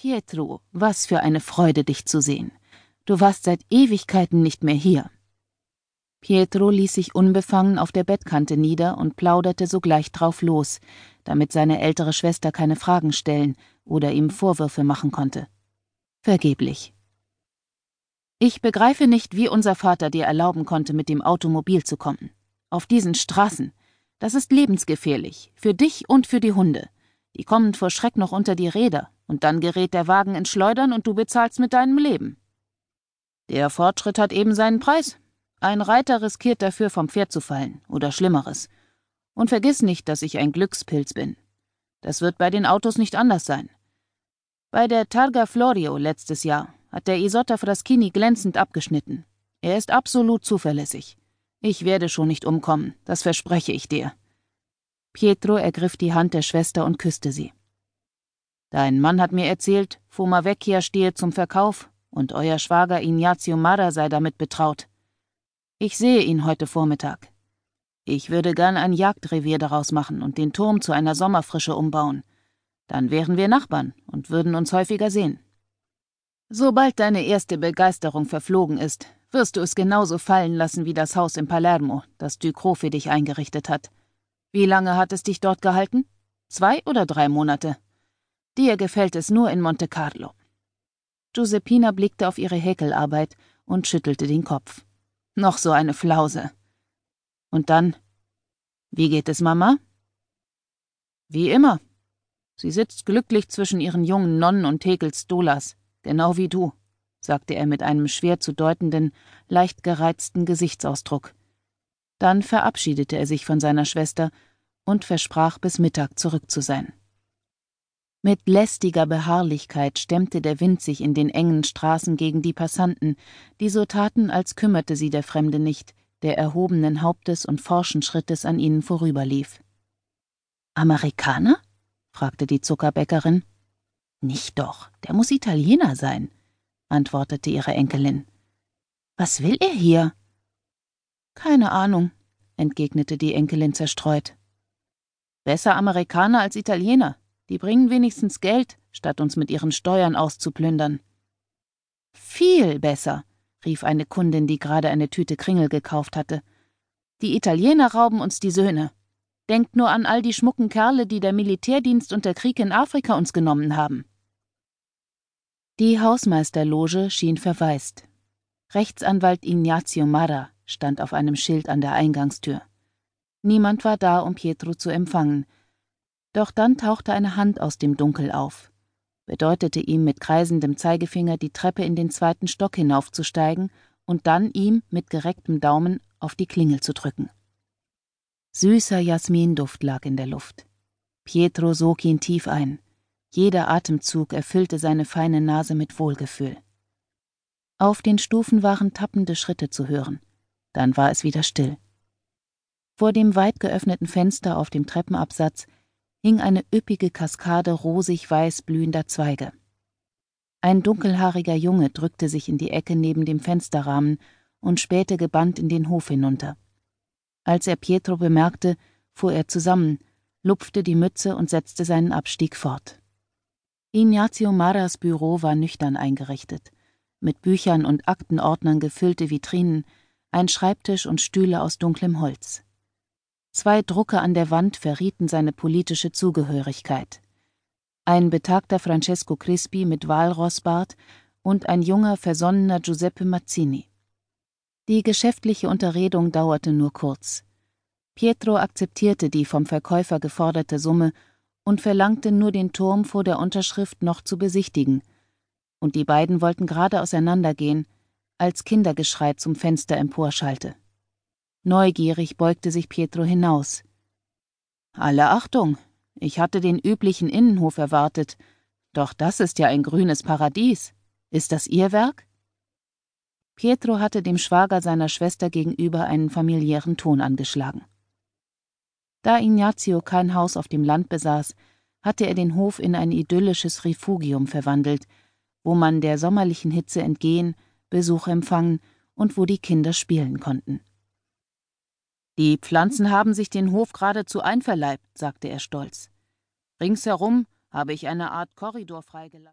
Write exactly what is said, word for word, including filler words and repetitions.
Pietro, was für eine Freude, dich zu sehen. Du warst seit Ewigkeiten nicht mehr hier.« Pietro ließ sich unbefangen auf der Bettkante nieder und plauderte sogleich drauf los, damit seine ältere Schwester keine Fragen stellen oder ihm Vorwürfe machen konnte. Vergeblich. »Ich begreife nicht, wie unser Vater dir erlauben konnte, mit dem Automobil zu kommen. Auf diesen Straßen. Das ist lebensgefährlich, für dich und für die Hunde. Die kommen vor Schreck noch unter die Räder, und dann gerät der Wagen ins Schleudern und du bezahlst mit deinem Leben. Der Fortschritt hat eben seinen Preis. Ein Reiter riskiert dafür, vom Pferd zu fallen, oder Schlimmeres. Und vergiss nicht, dass ich ein Glückspilz bin. Das wird bei den Autos nicht anders sein. Bei der Targa Florio letztes Jahr hat der Isotta Fraschini glänzend abgeschnitten. Er ist absolut zuverlässig. Ich werde schon nicht umkommen, das verspreche ich dir.« Pietro ergriff die Hand der Schwester und küsste sie. »Dein Mann hat mir erzählt, Foma Vecchia stehe zum Verkauf und euer Schwager Ignazio Marra sei damit betraut. Ich sehe ihn heute Vormittag. Ich würde gern ein Jagdrevier daraus machen und den Turm zu einer Sommerfrische umbauen. Dann wären wir Nachbarn und würden uns häufiger sehen. Sobald deine erste Begeisterung verflogen ist, wirst du es genauso fallen lassen wie das Haus in Palermo, das Ducrot für dich eingerichtet hat. Wie lange hat es dich dort gehalten? Zwei oder drei Monate? Dir gefällt es nur in Monte Carlo.« Giuseppina blickte auf ihre Häkelarbeit und schüttelte den Kopf. Noch so eine Flause. Und dann: »Wie geht es Mama?« »Wie immer. Sie sitzt glücklich zwischen ihren jungen Nonnen und häkelt Stolas, genau wie du«, sagte er mit einem schwer zu deutenden, leicht gereizten Gesichtsausdruck. Dann verabschiedete er sich von seiner Schwester und versprach, bis Mittag zurück zu sein. Mit lästiger Beharrlichkeit stemmte der Wind sich in den engen Straßen gegen die Passanten, die so taten, als kümmerte sie der Fremde nicht, der erhobenen Hauptes und forschen Schrittes an ihnen vorüberlief. »Amerikaner?« fragte die Zuckerbäckerin. »Nicht doch, der muss Italiener sein«, antwortete ihre Enkelin. »Was will er hier?« »Keine Ahnung«, entgegnete die Enkelin zerstreut. »Besser Amerikaner als Italiener. Die bringen wenigstens Geld, statt uns mit ihren Steuern auszuplündern.« »Viel besser«, rief eine Kundin, die gerade eine Tüte Kringel gekauft hatte. »Die Italiener rauben uns die Söhne. Denkt nur an all die schmucken Kerle, die der Militärdienst und der Krieg in Afrika uns genommen haben.« Die Hausmeisterloge schien verwaist. Rechtsanwalt Ignazio Marra stand auf einem Schild an der Eingangstür. Niemand war da, um Pietro zu empfangen. Doch dann tauchte eine Hand aus dem Dunkel auf, bedeutete ihm mit kreisendem Zeigefinger, die Treppe in den zweiten Stock hinaufzusteigen und dann ihm mit gerecktem Daumen auf die Klingel zu drücken. Süßer Jasminduft lag in der Luft. Pietro sog ihn tief ein. Jeder Atemzug erfüllte seine feine Nase mit Wohlgefühl. Auf den Stufen waren tappende Schritte zu hören. Dann war es wieder still. Vor dem weit geöffneten Fenster auf dem Treppenabsatz hing eine üppige Kaskade rosig-weiß blühender Zweige. Ein dunkelhaariger Junge drückte sich in die Ecke neben dem Fensterrahmen und spähte gebannt in den Hof hinunter. Als er Pietro bemerkte, fuhr er zusammen, lupfte die Mütze und setzte seinen Abstieg fort. Ignazio Marras Büro war nüchtern eingerichtet, mit Büchern und Aktenordnern gefüllte Vitrinen, ein Schreibtisch und Stühle aus dunklem Holz. Zwei Drucke an der Wand verrieten seine politische Zugehörigkeit. Ein betagter Francesco Crispi mit Walrossbart und ein junger, versonnener Giuseppe Mazzini. Die geschäftliche Unterredung dauerte nur kurz. Pietro akzeptierte die vom Verkäufer geforderte Summe und verlangte nur, den Turm vor der Unterschrift noch zu besichtigen, und die beiden wollten gerade auseinandergehen, als Kindergeschrei zum Fenster emporschallte. Neugierig beugte sich Pietro hinaus. »Alle Achtung, ich hatte den üblichen Innenhof erwartet, doch das ist ja ein grünes Paradies. Ist das Ihr Werk?« Pietro hatte dem Schwager seiner Schwester gegenüber einen familiären Ton angeschlagen. Da Ignazio kein Haus auf dem Land besaß, hatte er den Hof in ein idyllisches Refugium verwandelt, wo man der sommerlichen Hitze entgehen, Besuch empfangen und wo die Kinder spielen konnten. »Die Pflanzen haben sich den Hof geradezu einverleibt«, sagte er stolz. »Ringsherum habe ich eine Art Korridor freigelassen.«